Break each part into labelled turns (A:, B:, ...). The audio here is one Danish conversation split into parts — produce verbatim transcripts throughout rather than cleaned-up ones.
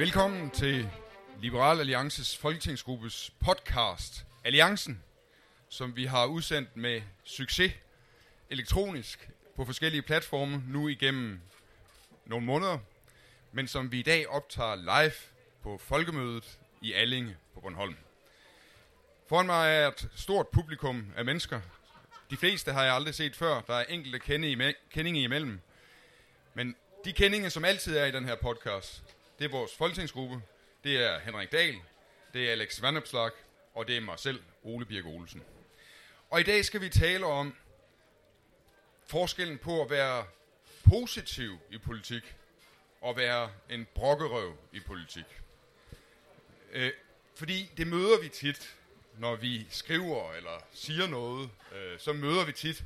A: Velkommen til Liberal Alliances folketingsgruppes podcast Alliancen, som vi har udsendt med succes elektronisk på forskellige platforme nu igennem nogle måneder, men som vi i dag optager live på Folkemødet i Allinge på Bornholm. Foran mig er et stort publikum af mennesker. De fleste har jeg aldrig set før. Der er enkelte kendinge imellem. Men de kendinge, som altid er i den her podcast, det er vores folketingsgruppe. Det er Henrik Dahl, det er Alex Vanopslagh, og det er mig selv, Ole Birk Olesen. Og i dag skal vi tale om forskellen på at være positiv i politik og være en brokkerøv i politik. Øh, fordi det møder vi tit, når vi skriver eller siger noget, øh, så møder vi tit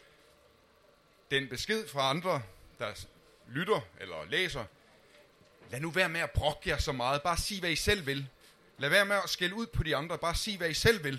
A: den besked fra andre, der lytter eller læser. Lad nu være med at brokke jer så meget. Bare sig, hvad I selv vil. Lad være med at skælde ud på de andre. Bare sig, hvad I selv vil.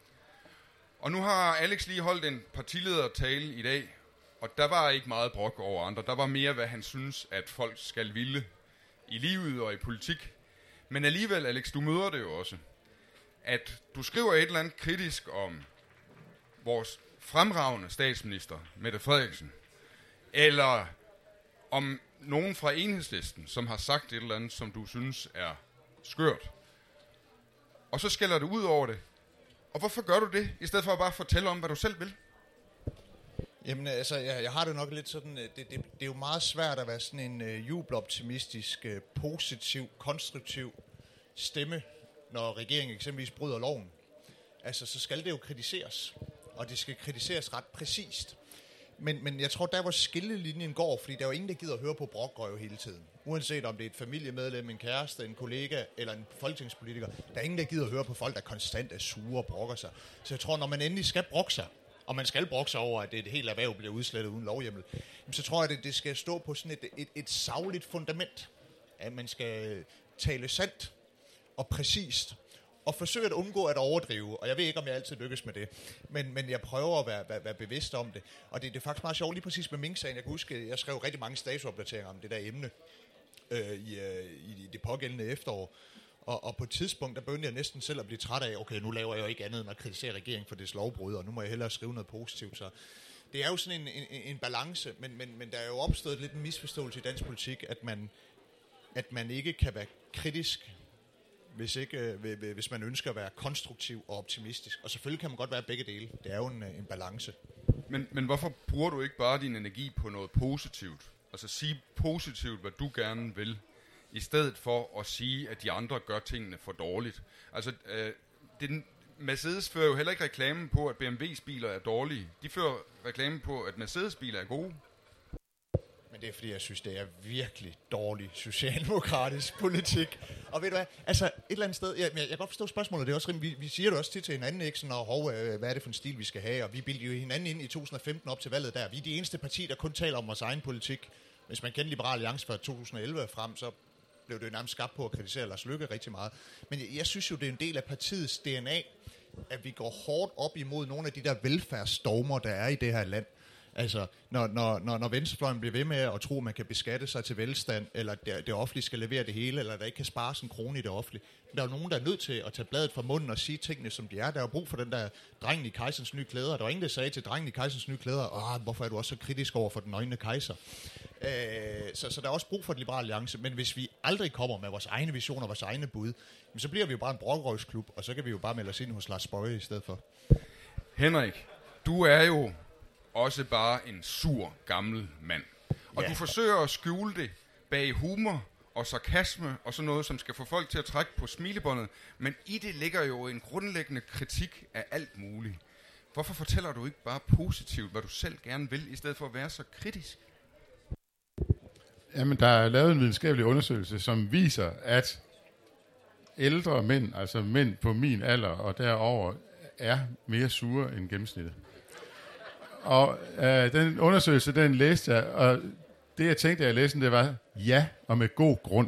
A: Og nu har Alex lige holdt en partiledertale i dag, og der var ikke meget brok over andre. Der var mere, hvad han synes, at folk skal ville i livet og i politik. Men alligevel, Alex, du møder det jo også, at du skriver et eller andet kritisk om vores fremragende statsminister, Mette Frederiksen, eller om nogen fra Enhedslisten, som har sagt et eller andet, som du synes er skørt. Og så skælder du ud over det. Og hvorfor gør du det, i stedet for at bare fortælle om, hvad du selv vil?
B: Jamen altså, jeg, jeg har det nok lidt sådan, det, det, det er jo meget svært at være sådan en uh, jubeloptimistisk, uh, positiv, konstruktiv stemme, når regeringen eksempelvis bryder loven. Altså, så skal det jo kritiseres, og det skal kritiseres ret præcist. Men, men jeg tror, der hvor skillelinjen går, fordi der er jo ingen, der gider at høre på brokrøv hele tiden. Uanset om det er et familiemedlem, en kæreste, en kollega eller en folketingspolitiker. Der er ingen, der gider at høre på folk, der konstant er sure og brokker sig. Så jeg tror, når man endelig skal brokke sig, og man skal brokke sig over, at det et helt erhverv bliver udslettet uden lovhjemmel, så tror jeg, at det skal stå på sådan et, et, et sagligt fundament. At man skal tale sandt og præcist, og forsøge at undgå at overdrive, og jeg ved ikke, om jeg altid lykkes med det, men, men jeg prøver at være, være, være bevidst om det, og det, det er faktisk meget sjovt, lige præcis med Mink-sagen. Jeg kan huske, jeg skrev rigtig mange statusopdateringer om det der emne øh, i, øh, i det pågældende efterår, og, og på et tidspunkt, der begyndte jeg næsten selv at blive træt af, okay, nu laver jeg jo ikke andet end at kritisere regeringen for dets lovbrud, og nu må jeg hellere skrive noget positivt, så det er jo sådan en, en, en balance, men, men, men der er jo opstået lidt en misforståelse i dansk politik, at man, at man ikke kan være kritisk, Hvis, ikke, hvis man ønsker at være konstruktiv og optimistisk. Og selvfølgelig kan man godt være begge dele. Det er jo en, en balance.
A: Men, men hvorfor bruger du ikke bare din energi på noget positivt? Altså sige positivt, hvad du gerne vil, i stedet for at sige, at de andre gør tingene for dårligt. Altså, øh, det, Mercedes fører jo heller ikke reklamen på, at B M W's biler er dårlige. De fører reklamen på, at Mercedes biler er gode.
B: Men det er fordi, jeg synes, det er virkelig dårlig socialdemokratisk politik. Og ved du hvad, altså et eller andet sted, jeg, jeg kan godt forstå spørgsmålet, det er også rimelig, vi, vi siger det også tit til hinanden, ikke sådan, og hov, hvad er det for en stil, vi skal have, og vi bildte jo hinanden ind i to tusind og femten op til valget der. Vi er de eneste parti, der kun taler om vores egen politik. Hvis man kender Liberal Alliance fra to tusind og elleve frem, så blev det jo nærmest skabt på at kritisere Lars Løkke rigtig meget. Men jeg, jeg synes jo, det er en del af partiets D N A, at vi går hårdt op imod nogle af de der velfærdsdogmer, der er i det her land. Altså, når, når, når, når venstrefløjen bliver ved med at tro, at man kan beskatte sig til velstand, eller det, det offentlige skal levere det hele, eller der ikke kan spares en krone i det offentlige. Der er jo nogen, der er nødt til at tage bladet fra munden og sige tingene, som de er. Der er jo brug for den der drengen i kejserens nye klæder. Der var ingen, der sagde til drengen i kejserens nye klæder, åh, hvorfor er du også så kritisk over for den nøgne kejser? Øh, så, så der er også brug for et liberal alliance. Men hvis vi aldrig kommer med vores egne visioner, vores egne bud, så bliver vi jo bare en brokrøvsklub, og så kan vi jo bare melde os ind hos Lars Bøje i stedet for.
A: Henrik, du er jo også bare en sur, gammel mand. Og ja. Du forsøger at skjule det bag humor og sarkasme og sådan noget, som skal få folk til at trække på smilebåndet. Men i det ligger jo en grundlæggende kritik af alt muligt. Hvorfor fortæller du ikke bare positivt, hvad du selv gerne vil, i stedet for at være så kritisk?
C: Jamen, der er lavet en videnskabelig undersøgelse, som viser, at ældre mænd, altså mænd på min alder og derover, er mere sure end gennemsnittet. Og øh, den undersøgelse, den læste jeg, og det jeg tænkte, jeg læste, det var ja, og med god grund.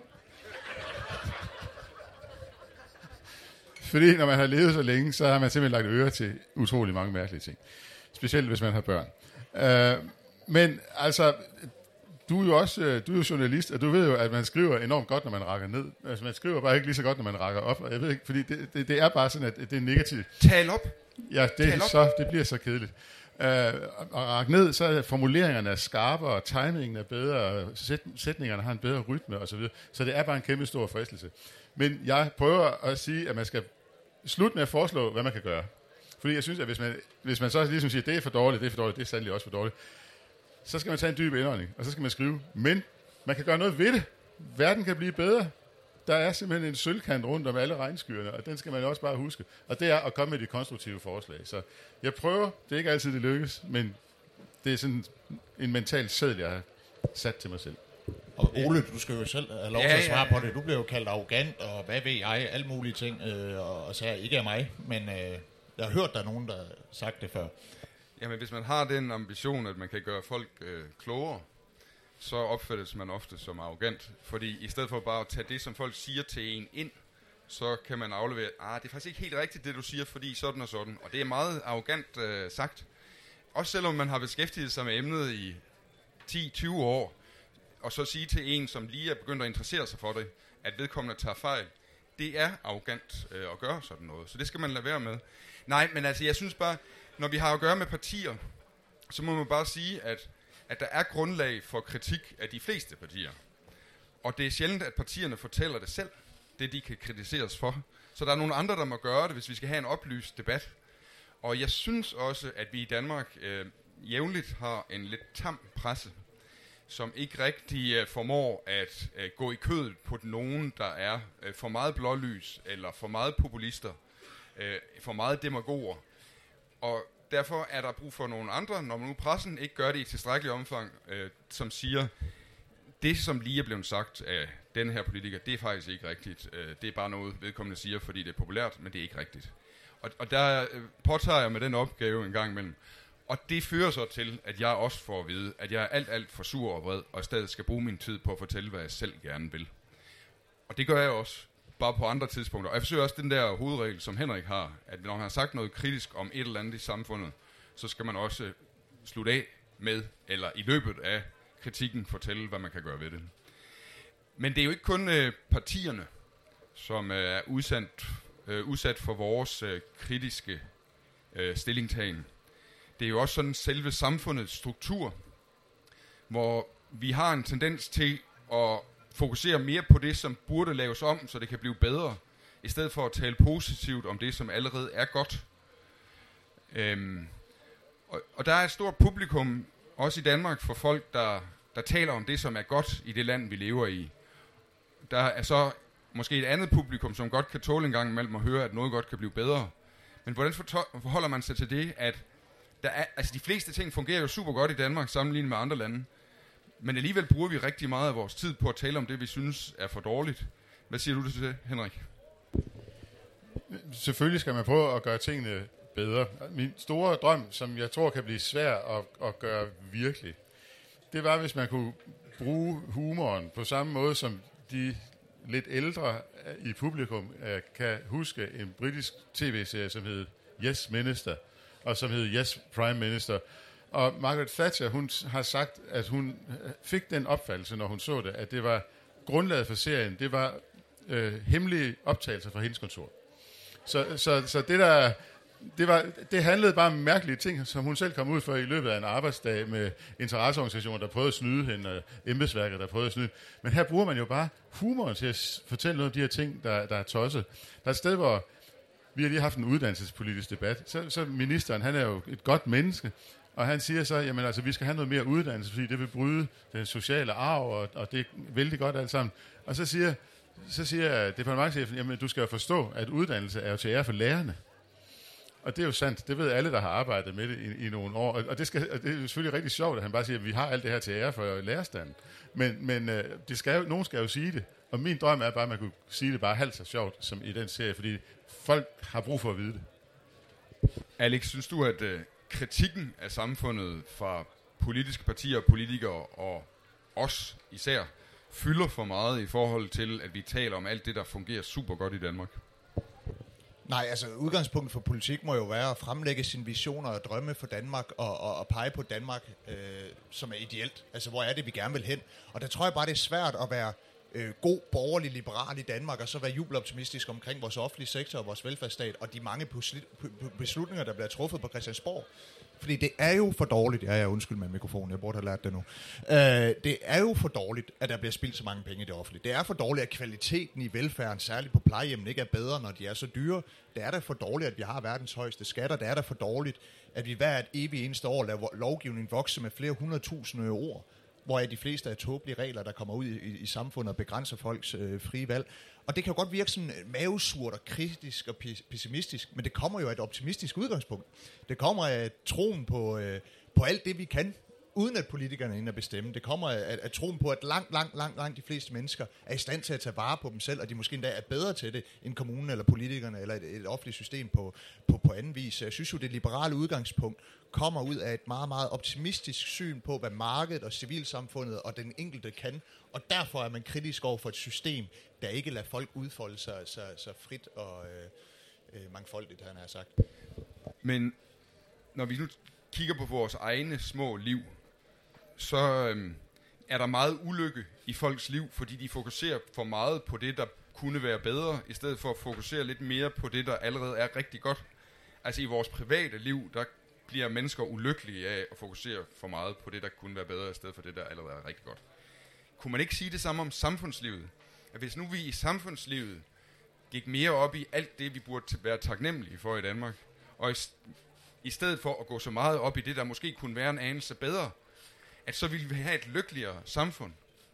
C: Fordi når man har levet så længe, så har man simpelthen lagt øre til utrolig mange mærkelige ting. Specielt hvis man har børn. Øh, men altså, du er jo også du er jo journalist, og du ved jo, at man skriver enormt godt, når man rækker ned. Altså, man skriver bare ikke lige så godt, når man rækker op. Og jeg ved ikke, fordi det, det, det er bare sådan, at det er negativt.
A: Tal op!
C: Ja, det, så, det bliver så kedeligt. Uh, og række ned, så er formuleringerne er skarpere, og timingen er bedre, sæt, sætningerne har en bedre rytme osv. Så, videre. Så det er bare en kæmpe stor fristelse. Men jeg prøver at sige, at man skal slutte med at foreslå, hvad man kan gøre. Fordi jeg synes, at hvis man, hvis man så ligesom siger, at det er for dårligt, det er for dårligt, det er sandelig også for dårligt, så skal man tage en dyb indånding, og så skal man skrive. Men man kan gøre noget ved det. Verden kan blive bedre. Der er simpelthen en sølvkant rundt om alle regnskyerne, og den skal man også bare huske. Og det er at komme med de konstruktive forslag. Så jeg prøver, det er ikke altid, det lykkes, men det er sådan en mental seddel, jeg har sat til mig selv.
B: Og Ole, du skal jo selv have lov
A: ja,
B: til at svare
A: ja, ja.
B: på det. Du bliver jo kaldt arrogant, og hvad ved jeg, alle mulige ting, øh, og, og så ikke af mig, men øh, jeg har hørt, der er nogen, der har sagt det før.
A: Jamen, hvis man har den ambition, at man kan gøre folk øh, klogere, så opfattes man ofte som arrogant. Fordi i stedet for bare at tage det, som folk siger til en ind, så kan man aflevere, ah, det er faktisk ikke helt rigtigt, det du siger, fordi sådan og sådan. Og det er meget arrogant øh, sagt. Også selvom man har beskæftiget sig med emnet i ti til tyve år, og så sige til en, som lige er begyndt at interessere sig for det, at vedkommende tager fejl, det er arrogant øh, at gøre sådan noget. Så det skal man lade være med. Nej, men altså, jeg synes bare, når vi har at gøre med partier, så må man bare sige, at, at der er grundlag for kritik af de fleste partier. Og det er sjældent, at partierne fortæller det selv, det de kan kritiseres for. Så der er nogle andre, der må gøre det, hvis vi skal have en oplyst debat. Og jeg synes også, at vi i Danmark øh, jævnligt har en lidt tam presse, som ikke rigtig øh, formår at øh, gå i kødet på nogen, der er øh, for meget blålys, eller for meget populister, øh, for meget demagoger. Og derfor er der brug for nogle andre, når nu pressen ikke gør det i tilstrækkelig omfang, øh, som siger, det som lige er blevet sagt af denne her politiker, det er faktisk ikke rigtigt. Øh, det er bare noget, vedkommende siger, fordi det er populært, men det er ikke rigtigt. Og, og der øh, påtager jeg med den opgave en gang imellem. Og det fører så til, at jeg også får at vide, at jeg er alt, alt for sur og vred, og i stedet skal bruge min tid på at fortælle, hvad jeg selv gerne vil. Og det gør jeg også, bare på andre tidspunkter. Og jeg forsøger også den der hovedregel, som Henrik har, at når han har sagt noget kritisk om et eller andet i samfundet, så skal man også slutte af med, eller i løbet af kritikken, fortælle, hvad man kan gøre ved det. Men det er jo ikke kun øh, partierne, som øh, er udsat, øh, udsat for vores øh, kritiske øh, stillingtagen. Det er jo også sådan selve samfundets struktur, hvor vi har en tendens til at fokusere mere på det, som burde laves om, så det kan blive bedre, i stedet for at tale positivt om det, som allerede er godt. Øhm, og, og der er et stort publikum, også i Danmark, for folk, der, der taler om det, som er godt i det land, vi lever i. Der er så måske et andet publikum, som godt kan tåle en gang imellem at høre, at noget godt kan blive bedre. Men hvordan forholder man sig til det, at der er, altså de fleste ting fungerer jo super godt i Danmark, sammenlignet med andre lande. Men alligevel bruger vi rigtig meget af vores tid på at tale om det, vi synes er for dårligt. Hvad siger du til det, Henrik?
C: Selvfølgelig skal man prøve at gøre tingene bedre. Min store drøm, som jeg tror kan blive svær at, at gøre virkelig, det var, hvis man kunne bruge humoren på samme måde, som de lidt ældre i publikum kan huske en britisk tv-serie, som hed Yes Minister, og som hed Yes Prime Minister. Og Margaret Thatcher, hun har sagt, at hun fik den opfattelse, når hun så det, at det var grundlaget for serien, det var øh, hemmelige optagelser fra hendes kontor. Så, så, så det der, det, var, det handlede bare om mærkelige ting, som hun selv kom ud for i løbet af en arbejdsdag med interesseorganisationer, der prøvede at snyde hende, og embedsværket, der prøvede at snyde. Men her bruger man jo bare humoren til at fortælle noget af de her ting, der, der er tosset. Der er et sted, hvor vi har lige haft en uddannelsespolitisk debat. Så, så ministeren, han er jo et godt menneske, og han siger så, jamen altså, vi skal have noget mere uddannelse, fordi det vil bryde den sociale arv, og, og det er vældig godt alt sammen. Og så siger, så siger departementschefen, jamen du skal jo forstå, at uddannelse er jo til ære for lærerne. Og det er jo sandt, det ved alle, der har arbejdet med det i, i nogle år. Og, det, skal, og det er jo selvfølgelig rigtig sjovt, at han bare siger, at vi har alt det her til ære for lærerstanden. Men, men det skal jo, nogen skal jo sige det. Og min drøm er bare, at man kunne sige det bare halvt så sjovt, som i den serie, fordi folk har brug for at vide det.
A: Alex, synes du, at uh, kritikken af samfundet fra politiske partier, politikere og os især, fylder for meget i forhold til, at vi taler om alt det, der fungerer super godt i Danmark?
B: Nej, altså udgangspunktet for politik må jo være at fremlægge sine visioner og drømme for Danmark og, og, og pege på Danmark, øh, som er ideelt. Altså, hvor er det, vi gerne vil hen? Og der tror jeg bare, det er svært at være øh, god, borgerlig, liberal i Danmark, og så være jubeloptimistisk omkring vores offentlige sektor og vores velfærdsstat, og de mange beslutninger, der bliver truffet på Christiansborg. Fordi det er jo for dårligt, ja, ja, undskyld med mikrofonen, jeg burde have lært det nu. Øh, det er jo for dårligt, at der bliver spildt så mange penge i det offentlige. Det er for dårligt, at kvaliteten i velfærden, særligt på plejehjemmen, ikke er bedre, når de er så dyre. Det er da for dårligt, at vi har verdens højeste skatter. Det er da for dårligt, at vi hver et evigt eneste år laver lovgivning vokse med flere hundredtusinde ord, hvor de fleste af tåbelige regler, der kommer ud i, i, i samfundet og begrænser folks øh, frie valg. Og det kan jo godt virke sådan mavesurt og kritisk og pessimistisk, men det kommer jo af et optimistisk udgangspunkt. Det kommer af troen på, øh, på alt det, vi kan, uden at politikerne er inde at bestemme. Det kommer af, af troen på, at langt, langt, langt, langt de fleste mennesker er i stand til at tage vare på dem selv, og de måske endda er bedre til det, end kommunen eller politikerne eller et, et offentligt system på, på, på anden vis. Jeg synes jo, det liberale udgangspunkt kommer ud af et meget, meget optimistisk syn på, hvad markedet og civilsamfundet og den enkelte kan, og derfor er man kritisk over for et system, der ikke lader folk udfolde sig så, så frit og øh, øh, mangfoldigt, han har sagt.
A: Men når vi nu kigger på vores egne små liv, så øhm, er der meget ulykke i folks liv, fordi de fokuserer for meget på det, der kunne være bedre, i stedet for at fokusere lidt mere på det, der allerede er rigtig godt. Altså i vores private liv, der bliver mennesker ulykkelige af at fokusere for meget på det, der kunne være bedre, i stedet for det, der allerede er rigtig godt. Kunne man ikke sige det samme om samfundslivet? At hvis nu vi i samfundslivet gik mere op i alt det, vi burde være taknemmelige for i Danmark, og i, i stedet for at gå så meget op i det, der måske kunne være en anelse bedre, at så ville vi have et lykkeligere samfund.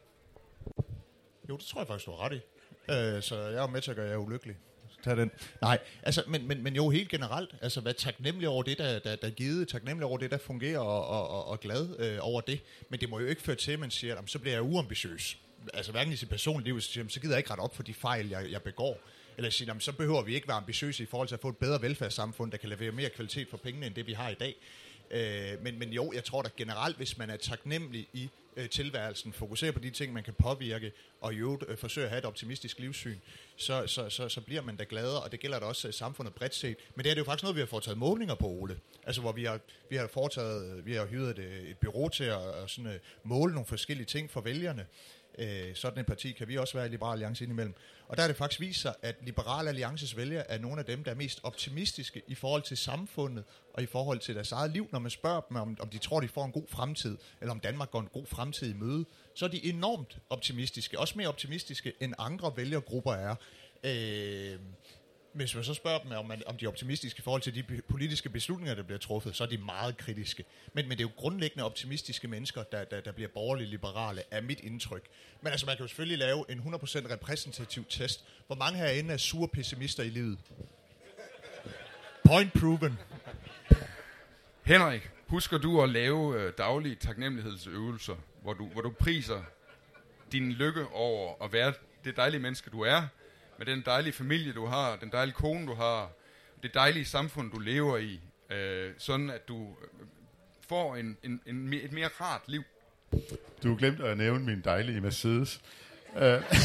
B: Jo, det tror jeg faktisk, du har ret i. Øh, så jeg er med til at gøre jer ulykkelig. Tag den. Nej, altså, men, men, men jo helt generelt, altså vær taknemmelig over det, der, der, der er givet, taknemmelig over det, der fungerer, og, og, og, og glad øh, over det. Men det må jo ikke føre til, at man siger, at så bliver jeg uambitiøs. Altså hverken i sit personlige liv, så, så gider jeg ikke ret op for de fejl, jeg, jeg begår. Eller sige, så behøver vi ikke være ambitiøse i forhold til at få et bedre velfærdssamfund, der kan levere mere kvalitet for pengene, end det vi har i dag. Øh, men, men jo, jeg tror da generelt, hvis man er taknemmelig i øh, tilværelsen, fokuserer på de ting, man kan påvirke, og i øvrigt øh, forsøger at have et optimistisk livssyn, så, så, så, så bliver man da gladere, og det gælder da også uh, samfundet bredt set. Men det er det jo faktisk noget, vi har foretaget målinger på, Ole. Altså hvor vi har, vi har foretaget, vi har hyret et, et bureau til at, at sådan, uh, måle nogle forskellige ting for vælgerne. Øh, sådan et parti kan vi også være i Liberal Alliance indimellem. Og der er det faktisk vist sig, at Liberal Alliances vælgere er nogle af dem, der er mest optimistiske i forhold til samfundet og i forhold til deres eget liv. Når man spørger dem, om, om de tror, de får en god fremtid, eller om Danmark går en god fremtid i møde, så er de enormt optimistiske. Også mere optimistiske, end andre vælgergrupper er. Øh, Hvis man så spørger dem, om, man, om de er optimistiske i forhold til de politiske beslutninger, der bliver truffet, så er de meget kritiske. Men, men det er jo grundlæggende optimistiske mennesker, der, der, der bliver borgerligt liberale, er mit indtryk. Men altså, man kan jo selvfølgelig lave en hundrede procent repræsentativ test. Hvor mange herinde er sure pessimister i livet? Point proven.
A: Henrik, husker du at lave øh, daglige taknemmelighedsøvelser, hvor du, hvor du priser din lykke over at være det dejlige menneske, du er, med den dejlige familie, du har, den dejlige kone, du har, det dejlige samfund, du lever i, øh, sådan at du får en, en, en, et mere rart liv?
C: Du glemte at nævne min dejlige Mercedes. Uh,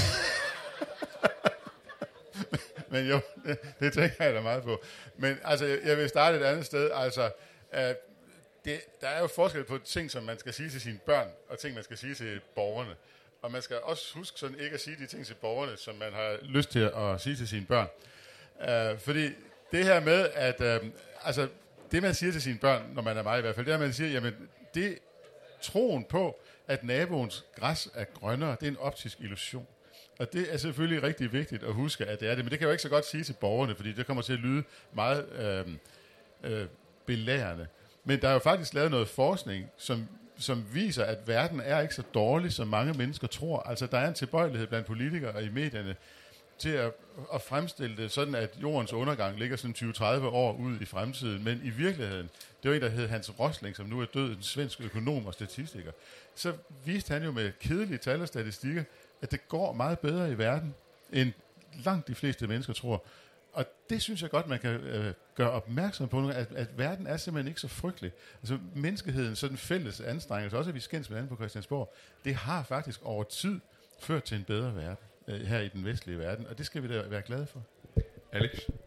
C: Men jo, det, det tænker jeg da meget på. Men altså, jeg vil starte et andet sted. Altså, uh, det, der er jo forskel på ting, som man skal sige til sine børn, og ting, man skal sige til borgerne. Og man skal også huske sådan ikke at sige de ting til borgerne, som man har lyst til at sige til sine børn. Uh, fordi det her med, at uh, altså, det man siger til sine børn, når man er mig i hvert fald, det er, at man siger, jamen, det troen på, at naboens græs er grønnere, det er en optisk illusion. Og det er selvfølgelig rigtig vigtigt at huske, at det er det. Men det kan jeg jo ikke så godt sige til borgerne, fordi det kommer til at lyde meget øh, øh, belærende. Men der er jo faktisk lavet noget forskning, som som viser, at verden er ikke så dårlig, som mange mennesker tror. Altså, der er en tilbøjelighed blandt politikere og i medierne til at, at fremstille det sådan, at jordens undergang ligger sådan tyve til tredive år ud i fremtiden. Men i virkeligheden, det var en, der hed Hans Rosling, som nu er død, en svensk økonom og statistiker. Så viste han jo med kedelige tal og statistikker, at det går meget bedre i verden, end langt de fleste mennesker tror. Og det synes jeg godt, man kan øh, gøre opmærksom på, at, at verden er simpelthen ikke så frygtelig. Altså menneskeheden, sådan fælles anstrengelse, også at vi skændes med anden på Christiansborg, det har faktisk over tid ført til en bedre verden øh, her i den vestlige verden, og det skal vi da være glade for.
A: Alex?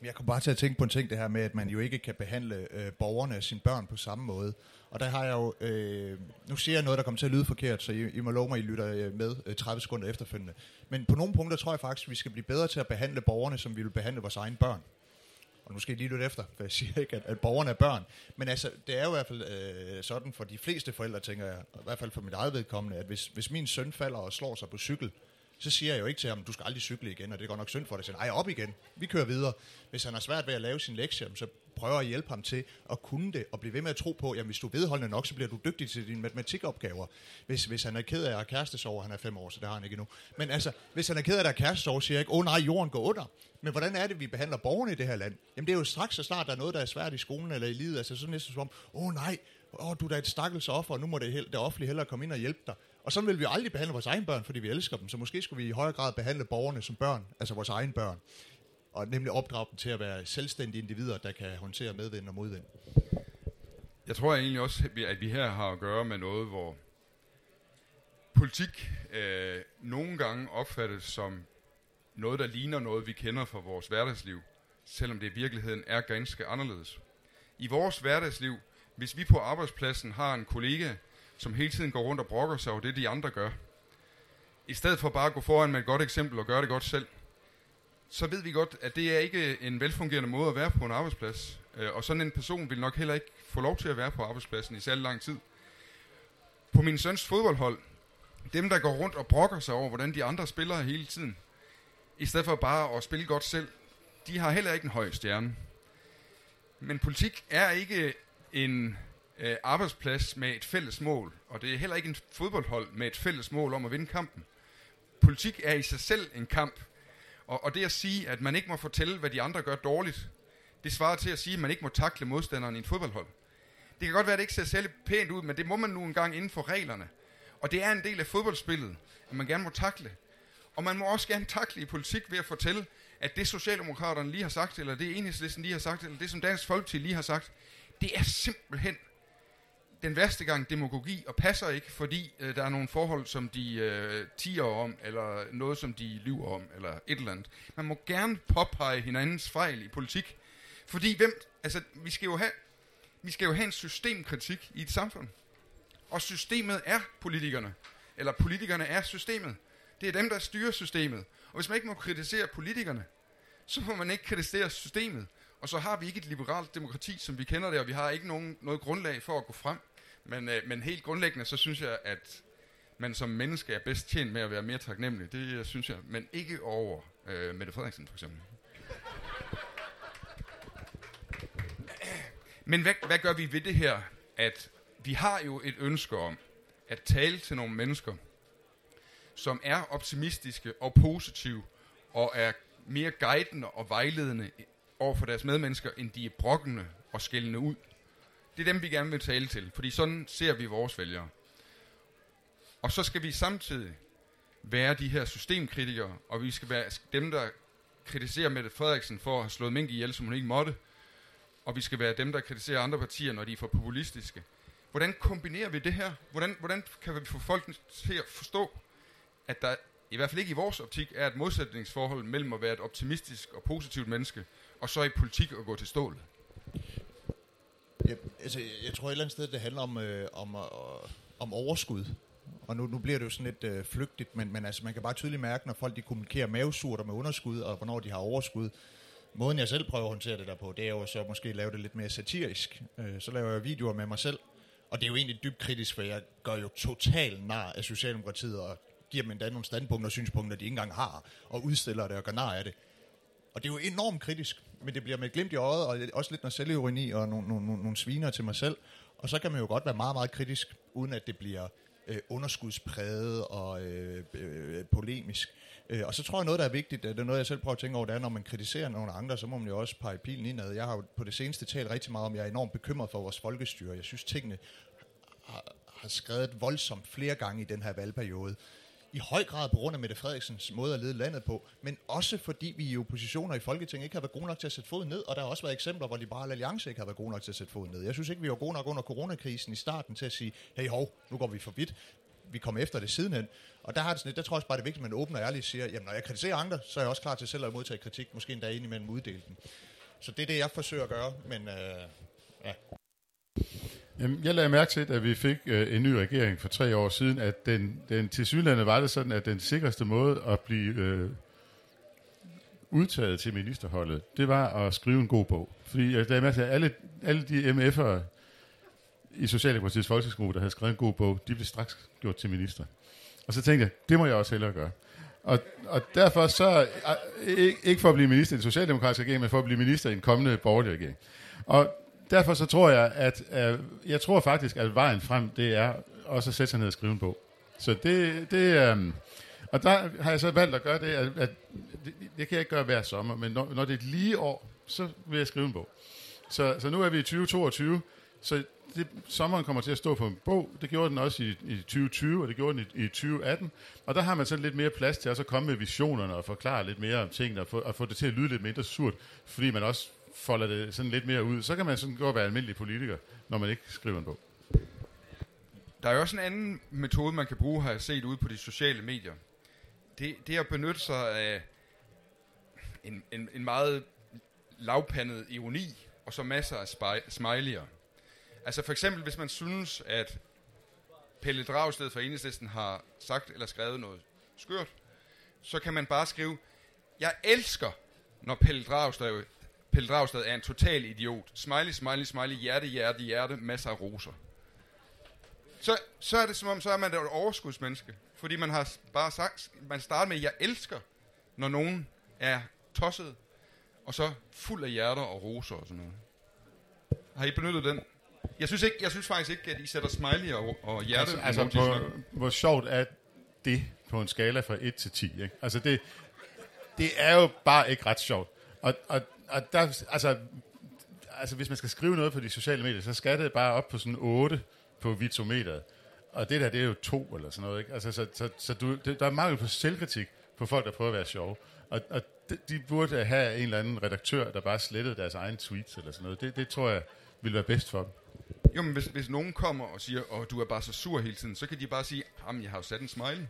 B: Jeg kom bare til at tænke på en ting, det her med, at man jo ikke kan behandle øh, borgerne af sine børn på samme måde. Og der har jeg jo, øh, nu siger jeg noget, der kommer til at lyde forkert, så I, I må love mig, I lytter med øh, tredive sekunder efterfølgende. Men på nogle punkter tror jeg faktisk, at vi skal blive bedre til at behandle borgerne, som vi vil behandle vores egne børn. Og nu skal I lige lytte efter, for jeg siger ikke, at, at borgerne er børn. Men altså, det er jo i hvert fald øh, sådan for de fleste forældre, tænker jeg, i hvert fald for mit eget vedkommende, at hvis, hvis min søn falder og slår sig på cykel, så siger jeg jo ikke til ham, du skal aldrig cykle igen, og det går nok synd for dig. Så nej, op igen. Vi kører videre. Hvis han har svært ved at lave sin lektie, så prøver at hjælpe ham til at kunne det, og blive ved med at tro på, at hvis du er vedholdende nok, så bliver du dygtig til dine matematikopgaver. Hvis, hvis han er ked af at have kærestesorg, han er fem år, så det har han ikke endnu. Men altså, hvis han er ked af at have kærestesorg, siger jeg ikke, åh oh, nej, jorden går under. Men hvordan er det, vi behandler borgerne i det her land? Jamen det er jo straks så snart, der er noget, der er svært i skolen eller i livet. Altså sådan næsten som, åh oh, nej, oh, du er da et stakkels offer, og nu må det, det offentlige hellere komme ind og hjælpe dig. Og sådan vil vi jo aldrig behandle vores egne børn, fordi vi elsker dem. Så måske skulle vi i højere grad behandle borgerne som børn, altså vores egne børn. Og nemlig opdrage dem til at være selvstændige individer, der kan håndtere medvind og modvind.
A: Jeg tror egentlig også, at vi her har at gøre med noget, hvor politik øh, nogle gange opfattes som noget, der ligner noget, vi kender fra vores hverdagsliv, selvom det i virkeligheden er ganske anderledes. I vores hverdagsliv, hvis vi på arbejdspladsen har en kollega, som hele tiden går rundt og brokker sig over det, de andre gør, i stedet for bare at gå foran med et godt eksempel og gøre det godt selv, så ved vi godt, at det er ikke en velfungerende måde at være på en arbejdsplads. Og sådan en person vil nok heller ikke få lov til at være på arbejdspladsen i særlig lang tid. På min søns fodboldhold, dem der går rundt og brokker sig over, hvordan de andre spiller hele tiden, i stedet for bare at spille godt selv, de har heller ikke en høj stjerne. Men politik er ikke en øh, arbejdsplads med et fælles mål, og det er heller ikke en fodboldhold med et fælles mål om at vinde kampen. Politik er i sig selv en kamp, og, og det at sige, at man ikke må fortælle, hvad de andre gør dårligt, det svarer til at sige, at man ikke må takle modstanderen i en fodboldhold. Det kan godt være, at det ikke ser særlig pænt ud, men det må man nu engang inden for reglerne. Og det er en del af fodboldspillet, at man gerne må takle. Og man må også gerne takle i politik ved at fortælle, at det Socialdemokraterne lige har sagt, eller det Enhedslisten lige har sagt, eller det som Dansk Folkeparti lige har sagt, det er simpelthen den værste gang demagogi, og passer ikke, fordi øh, der er nogle forhold, som de øh, tiger om, eller noget, som de lyver om, eller et eller andet. Man må gerne påpege hinandens fejl i politik, fordi hvem, altså, vi skal jo have, vi skal jo have en systemkritik i et samfund. Og systemet er politikerne, eller politikerne er systemet. Det er dem, der styrer systemet. Og hvis man ikke må kritisere politikerne, så må man ikke kritisere systemet. Og så har vi ikke et liberalt demokrati, som vi kender det, og vi har ikke nogen, noget grundlag for at gå frem. Men, øh, men helt grundlæggende, så synes jeg, at man som menneske er bedst tjent med at være mere taknemmelig. Det synes jeg, men ikke over øh, Mette Frederiksen for eksempel. Men hvad, hvad gør vi ved det her? At vi har jo et ønske om at tale til nogle mennesker, som er optimistiske og positive, og er mere guidende og vejledende over for deres medmennesker, end de er brokkende og skældende ud. Det er dem, vi gerne vil tale til, fordi sådan ser vi vores vælgere. Og så skal vi samtidig være de her systemkritikere, og vi skal være dem, der kritiserer Mette Frederiksen for at have slået mink ihjel, som hun ikke måtte, og vi skal være dem, der kritiserer andre partier, når de er for populistiske. Hvordan kombinerer vi det her? Hvordan, hvordan kan vi få folk til at forstå, at der i hvert fald ikke i vores optik er et modsætningsforhold mellem at være et optimistisk og positivt menneske, og så i politik at gå til stålet?
B: Jeg, altså, jeg tror et eller andet sted, det handler om, øh, om, øh, om overskud. Og nu, nu bliver det jo sådan lidt øh, flygtigt, men, men altså, man kan bare tydeligt mærke, når folk de kommunikerer mavesurt og med underskud, og hvornår de har overskud. Måden jeg selv prøver at håndtere det der på, det er jo så måske lave det lidt mere satirisk. Øh, så laver jeg videoer med mig selv, og det er jo egentlig dybt kritisk, for jeg gør jo totalt nar af Socialdemokratiet, og giver dem endda nogle standpunkter og synspunkter, de ikke engang har, og udstiller det og gør nar af det. Og det er jo enormt kritisk, men det bliver med et glimt i øjet, og også lidt noget selvironi og nogle, nogle, nogle sviner til mig selv. Og så kan man jo godt være meget, meget kritisk, uden at det bliver øh, underskudspræget og øh, øh, polemisk. Øh, og så tror jeg noget, der er vigtigt, det er noget, jeg selv prøver at tænke over, det er, når man kritiserer nogle andre, så må man jo også pege pilen indad. Jeg har jo på det seneste talt rigtig meget om, jeg er enormt bekymret for vores folkestyre. Jeg synes, tingene har, har skrevet voldsomt flere gange i den her valgperiode. I høj grad på grund af Mette Frederiksens måde at lede landet på, men også fordi vi i oppositioner i Folketinget ikke har været gode nok til at sætte fod ned, og der har også været eksempler, hvor Liberal Alliance ikke har været gode nok til at sætte fod ned. Jeg synes ikke, vi var gode nok under coronakrisen i starten til at sige, hey hov, nu går vi for vidt, vi kommer efter det sidenhen. Og der, har det sådan, der tror jeg også bare, det er vigtigt, at man åbner og ærligt siger, jamen når jeg kritiserer andre, så er jeg også klar til selv at modtage kritik, måske endda indimellem uddele den. Så det er det, jeg forsøger at gøre, men øh, ja.
C: Jamen, jeg lagde mærke til, at vi fik øh, en ny regering for tre år siden, at den, den tilsyneladende var det sådan, at den sikreste måde at blive øh, udtaget til ministerholdet, det var at skrive en god bog. Fordi jeg lagde mærke til, at alle, alle de M F'ere i Socialdemokratiets folketingsgruppe, der havde skrevet en god bog, de blev straks gjort til minister. Og så tænkte jeg, det må jeg også hellere gøre. Og, og derfor så, ikke, ikke for at blive minister i den socialdemokratiske regering, men for at blive minister i en kommende borgerlig regering. Og derfor så tror jeg, at øh, jeg tror faktisk, at vejen frem, det er også at sætte sig ned og skrive en bog. Så det, det øh, og der har jeg så valgt at gøre det, at, at det, det kan jeg ikke gøre hver sommer, men når, når det er et lige år, så vil jeg skrive en bog. Så, så nu er vi i tyve toogtyve, så det, sommeren kommer til at stå på en bog. Det gjorde den også i, i tyve tyve, og det gjorde den i, i tyve atten. Og der har man sådan lidt mere plads til at så komme med visionerne og forklare lidt mere om tingene, og få, og få det til at lyde lidt mindre surt, fordi man også folder det sådan lidt mere ud. Så kan man sådan gå og være almindelig politiker, når man ikke skriver en bog.
A: Der er jo også en anden metode, man kan bruge, har jeg set ude på de sociale medier. Det, det er at benytte sig af en, en, en meget lavpandet ironi, og så masser af spi- smiley'er. Altså for eksempel, hvis man synes, at Pelle Dragsted fra Enhedslisten har sagt eller skrevet noget skørt, så kan man bare skrive, jeg elsker, når Pelle Dragsted, Pelle Dragsted er en total idiot. Smiley, smiley, smiley, hjerte, hjerte, hjerte, masser af roser. Så, så er det som om, så er man et overskudsmenneske. Fordi man har bare sagt, man starter med, jeg elsker, når nogen er tosset, og så fuld af hjerter og roser og sådan noget. Har I benyttet den? Jeg synes, ikke, jeg synes faktisk ikke, at I sætter smiley og, og hjerte.
C: Altså, altså hvor, hvor sjovt er det på en skala fra et til ti? Ikke? Altså det, det er jo bare ikke ret sjovt. Og, og, og der, altså, altså hvis man skal skrive noget på de sociale medier, så skal det bare op på sådan otte på vitometeret. Og det der, det er jo to eller sådan noget. Ikke? Altså, så så, så du, det, der er mangel på selvkritik på folk, der prøver at være sjove. Og, og de, de burde have en eller anden redaktør, der bare slettede deres egen tweets eller sådan noget. Det, det tror jeg ville være bedst for dem.
A: Jo, men hvis, hvis nogen kommer og siger, åh, du er bare så sur hele tiden, så kan de bare sige, jamen, jeg har jo sat en smiley.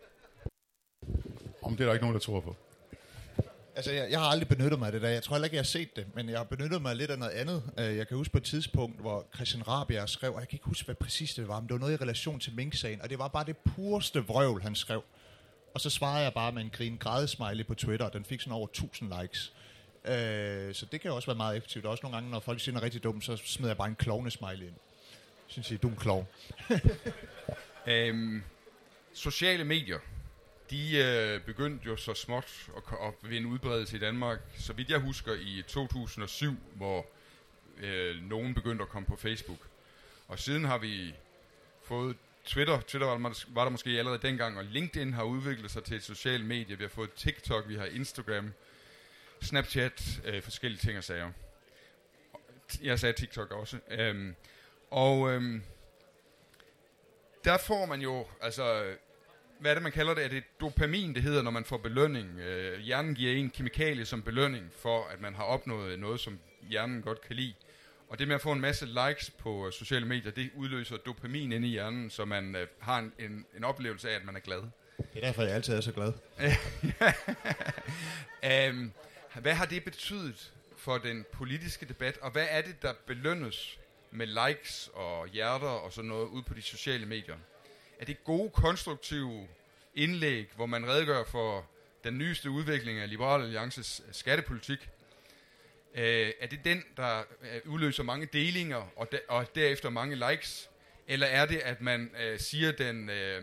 C: Om det er der ikke nogen, der tror på.
B: Altså, jeg, jeg har aldrig benyttet mig af det der. Jeg tror heller ikke, jeg har set det, men jeg har benyttet mig lidt af noget andet. Jeg kan huske på et tidspunkt, hvor Christian Rabjerg skrev, og jeg kan ikke huske, hvad præcis det var, men det var noget i relation til Mink-sagen, og det var bare det pureste vrøvl, han skrev. Og så svarede jeg bare med en grin grædesmiley på Twitter, og den fik sådan over tusind likes. Øh, så det kan jo også være meget effektivt. Også nogle gange, når folk siger noget rigtig dumt, så smider jeg bare en klovne-smiley ind. Synes I, du er en klovn?
A: øhm, sociale medier, de øh, begyndte jo så småt at, at vinde udbredelse i Danmark. Så vidt jeg husker i to tusind og syv, hvor øh, nogen begyndte at komme på Facebook. Og siden har vi fået Twitter. Twitter var der, var der måske allerede dengang, og LinkedIn har udviklet sig til et socialt medie. Vi har fået TikTok, vi har Instagram, Snapchat, øh, forskellige ting og sager. Jeg sagde TikTok også. Øhm, og øhm, der får man jo, altså, hvad er det, man kalder det? Er det dopamin, det hedder, når man får belønning? Øh, hjernen giver en kemikalie som belønning for, at man har opnået noget, som hjernen godt kan lide. Og det med at få en masse likes på øh, sociale medier, det udløser dopamin inde i hjernen, så man øh, har en, en, en oplevelse af, at man er glad.
B: Det er derfor, jeg altid er så glad.
A: øhm, Hvad har det betydet for den politiske debat, og hvad er det, der belønnes med likes og hjerter og sådan noget ude på de sociale medier? Er det gode, konstruktive indlæg, hvor man redegør for den nyeste udvikling af Liberal Alliances skattepolitik? Øh, er det den, der udløser mange delinger og, de, og derefter mange likes? Eller er det, at man øh, siger den øh,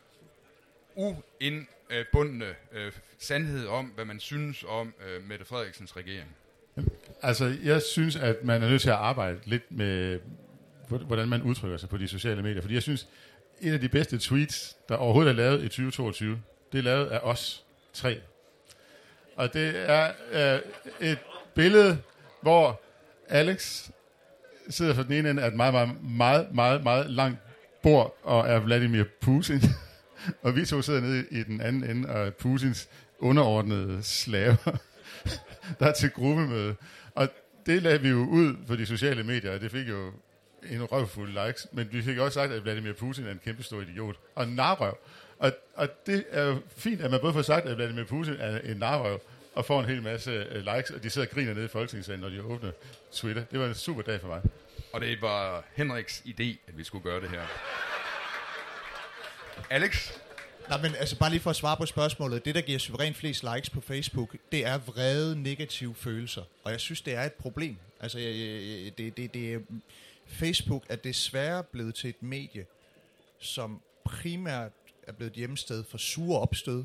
A: uindbundne øh, sandhed om, hvad man synes om øh, Mette Frederiksens regering?
C: Altså, jeg synes, at man er nødt til at arbejde lidt med, hvordan man udtrykker sig på de sociale medier. Fordi jeg synes, en af de bedste tweets, der overhovedet er lavet i tyve toogtyve, det er lavet af os tre. Og det er øh, et billede, hvor Alex sidder for den ene ende af et meget, meget, meget, meget, meget langt bord og er Vladimir Putin. Og vi to sidder nede i den anden ende af Putins underordnede slaver, der er til gruppemøde. Og det lagde vi jo ud på de sociale medier, og det fik jo en røvfuld likes. Men vi fik også sagt, at Vladimir Putin er en kæmpe stor idiot. Og en narrøv. Og, og det er jo fint, at man både får sagt, at Vladimir Putin er en narrøv, og får en hel masse uh, likes, og de sidder og griner nede i Folketingssalen, når de åbner Twitter. Det var en super dag for mig.
A: Og det var Henriks idé, at vi skulle gøre det her. Alex?
B: Nej, men altså bare lige for at svare på spørgsmålet. Det, der giver suverænt flest likes på Facebook, det er vrede, negative følelser. Og jeg synes, det er et problem. Altså, jeg, jeg, det, det, det er, Facebook er desværre blevet til et medie, som primært er blevet hjemsted for sure opstød.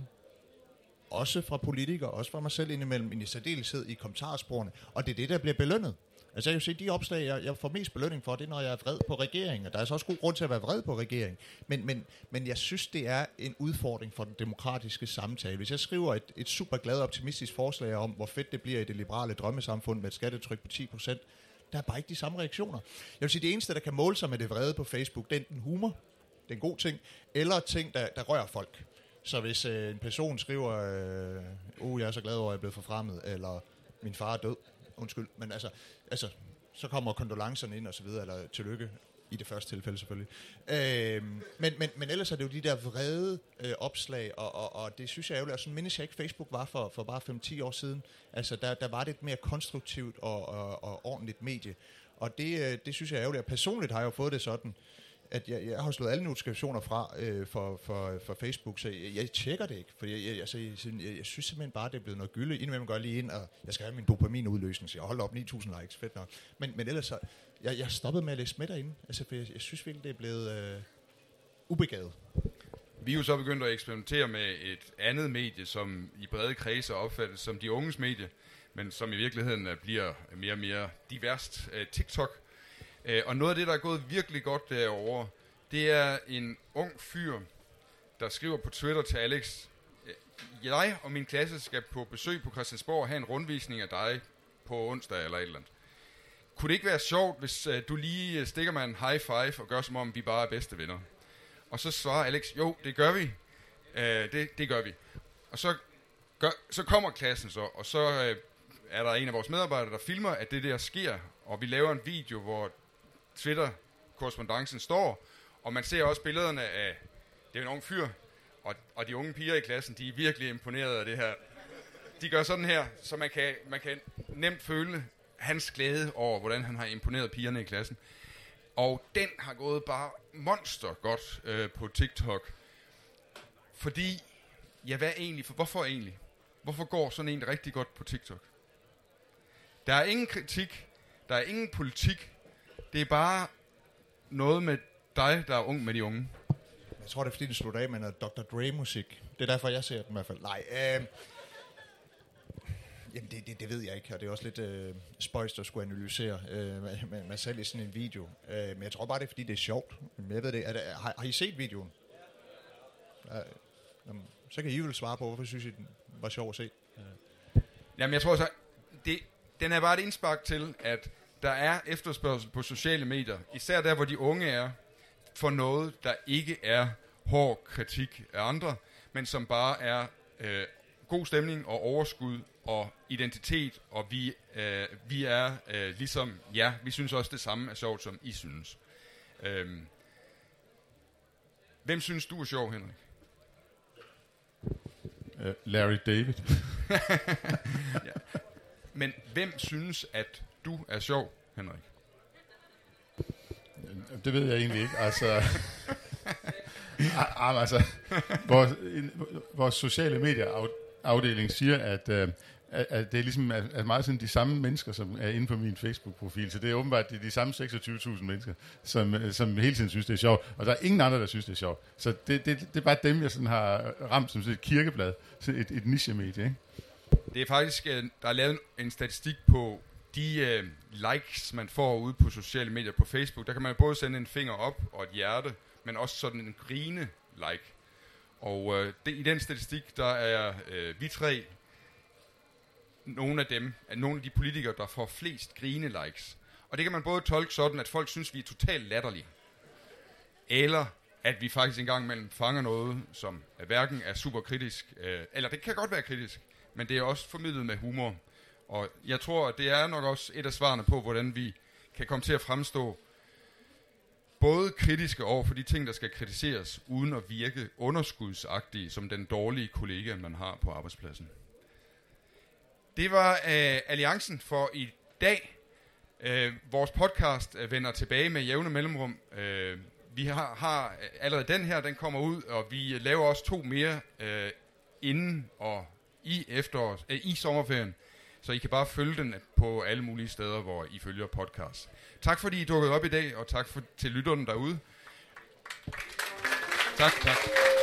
B: Også fra politikere, også fra mig selv indimellem, i særdeleshed i kommentarsporene. Og det er det, der bliver belønnet. Altså jeg kan se, de opslag, jeg, jeg får mest belønning for, det er, når jeg er vred på regeringen. Og der er så også god grund til at være vred på regeringen. Men, men, men jeg synes, det er en udfordring for den demokratiske samtale. Hvis jeg skriver et, et super glad optimistisk forslag om, hvor fedt det bliver i det liberale drømmesamfund med et skattetryk på ti procent, der er bare ikke de samme reaktioner. Jeg vil sige, det eneste, der kan måle sig med det vrede på Facebook, det er enten humor, det er en god ting, eller ting, der, der rører folk. Så hvis øh, en person skriver, øh, oh, jeg er så glad over, at jeg er blevet forfremmet, eller min far er død, undskyld, men altså, altså så kommer kondolancerne ind og så videre, eller tillykke, i det første tilfælde selvfølgelig. Øh, men, men, men ellers er det jo de der vrede øh, opslag, og, og, og det synes jeg jo, og sådan mindes jeg ikke, Facebook var for, for bare fem til ti år siden. Altså, der, der var det et mere konstruktivt og, og, og ordentligt medie. Og det, det synes jeg er ærgerligt. Personligt har jeg jo fået det sådan, at jeg, jeg har slået alle notifikationer fra øh, for, for, for Facebook, så jeg, jeg tjekker det ikke, for jeg, jeg, altså, jeg, jeg, jeg synes simpelthen bare, det er blevet noget gylde. Indimellem går jeg lige ind, og jeg skal have min dopaminudløsning, så jeg holder op ni tusind likes, fedt nok. Men, men ellers så, jeg, jeg stoppede med at læse med derinde, altså, for jeg, jeg synes virkelig, det er blevet øh, ubegavet.
A: Vi er jo så begyndt at eksperimentere med et andet medie, som i brede kredse opfattes som de unges medie, men som i virkeligheden bliver mere og mere diverst. TikTok. Og noget af det, der er gået virkelig godt derovre, det er en ung fyr, der skriver på Twitter til Alex: jeg og min klasse skal på besøg på Christiansborg og have en rundvisning af dig på onsdag eller et eller andet. Kunne det ikke være sjovt, hvis du lige stikker mig en high five og gør som om vi bare er bedste venner? Og så svarer Alex: jo, det gør vi. Øh, det, det gør vi. Og så, gør, så kommer klassen så, og så øh, er der en af vores medarbejdere, der filmer, at det der sker. Og vi laver en video, hvor Twitter-korrespondancen står, og man ser også billederne af, det er en ung fyr, og, og de unge piger i klassen, de er virkelig imponeret af det her. De gør sådan her, så man kan, man kan nemt føle hans glæde over, hvordan han har imponeret pigerne i klassen. Og den har gået bare monster godt øh, på TikTok. Fordi, ja, hvad egentlig? For, hvorfor egentlig? Hvorfor går sådan en rigtig godt på TikTok? Der er ingen kritik, der er ingen politik. Det er bare noget med dig, der er ung med de unge.
B: Jeg tror, det er fordi, det slutter af med noget doktor Dre-musik. Det er derfor, jeg ser den i hvert fald. Nej, øh, jamen det, det, det ved jeg ikke, og det er også lidt øh, spøjst at skulle analysere øh, med, med selv i sådan en video. Øh, men jeg tror bare, det er fordi, det er sjovt. Men jeg ved det, er det har, har I set videoen? Øh, jamen, så kan I vel svare på, hvorfor synes I, den var sjov at se. Øh.
A: Jamen jeg tror så, det, den er bare et indspark til, at der er efterspørgsel på sociale medier, især der, hvor de unge er, for noget, der ikke er hård kritik af andre, men som bare er øh, god stemning og overskud og identitet, og vi, øh, vi er øh, ligesom, ja, vi synes også det samme er sjovt, som I synes. Øhm. Hvem synes du er sjov, Henrik?
C: Uh, Larry David.
A: Ja. Men hvem synes, at du er sjov, Henrik?
C: Det ved jeg egentlig ikke. Altså, ah, altså vores, vores sociale medier afdeling siger, at, uh, at det er ligesom at, at meget sådan de samme mennesker, som er inde på min Facebook-profil. Så det er åbenbart de, de samme seksogtyve tusind mennesker, som, som hele tiden synes, det er sjovt. Og der er ingen andre, der synes, det er sjovt. Så det, det, det er bare dem, jeg sådan har ramt som sådan et kirkeblad. Sådan et, et niche-medie, ikke?
A: Det er faktisk, der er lavet en statistik på de øh, likes, man får ude på sociale medier på Facebook. Der kan man både sende en finger op og et hjerte, men også sådan en grine like. Og øh, det, i den statistik, der er øh, vi tre nogle af dem, nogle af de politikere, der får flest grine likes. Og det kan man både tolke sådan, at folk synes, vi er totalt latterlige, eller at vi faktisk engang imellem fanger noget, som er hverken er super kritisk, øh, eller det kan godt være kritisk, men det er også formidlet med humor. Og jeg tror, at det er nok også et af svarene på, hvordan vi kan komme til at fremstå både kritiske over for de ting, der skal kritiseres, uden at virke underskudsagtige som den dårlige kollega, man har på arbejdspladsen. Det var øh, Alliancen for i dag. Øh, vores podcast øh, vender tilbage med jævne mellemrum. Øh, vi har, har allerede den her, den kommer ud, og vi laver også to mere øh, inden og i efterårs, øh, i sommerferien. Så I kan bare følge den på alle mulige steder, hvor I følger podcast. Tak fordi I dukkede op i dag, og tak for, til lytterne derude. Tak, tak.